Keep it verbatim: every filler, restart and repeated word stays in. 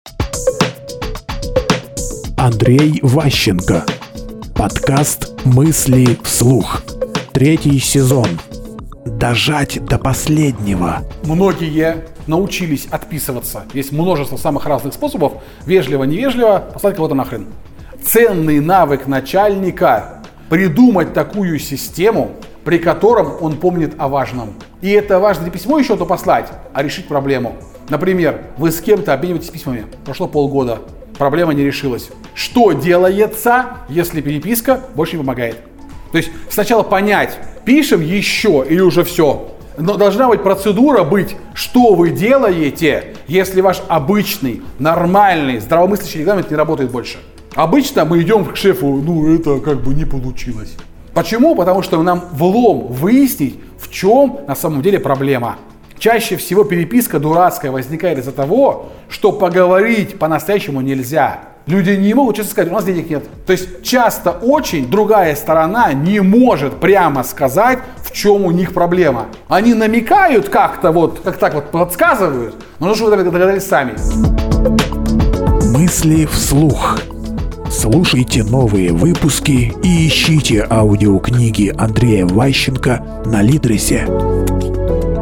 Андрей Ващенко. Подкаст «Мысли вслух». Третий сезон. Дожать до последнего. Многие научились отписываться. Есть множество самых разных способов. Вежливо-невежливо послать кого-то нахрен. Ценный навык начальника – придумать такую систему, при котором он помнит о важном. И это важно не письмо еще то послать, а решить проблему. Например, вы с кем-то обмениваетесь письмами. Прошло полгода. Проблема не решилась. Что делается, если переписка больше не помогает? То есть сначала понять, пишем еще или уже все. Но должна быть процедура быть, что вы делаете, если ваш обычный, нормальный, здравомыслящий регламент не работает больше. Обычно мы идем к шефу, ну это как бы не получилось. Почему? Потому что нам влом выяснить, в чем на самом деле проблема. Чаще всего переписка дурацкая возникает из-за того, что поговорить по-настоящему нельзя. Люди не могут честно сказать, у нас денег нет. То есть часто очень другая сторона не может прямо сказать, в чем у них проблема. Они намекают как-то вот, как так вот подсказывают, но нужно, чтобы вы догадались сами. Мысли вслух. Слушайте новые выпуски и ищите аудиокниги Андрея Ващенко на Литресе.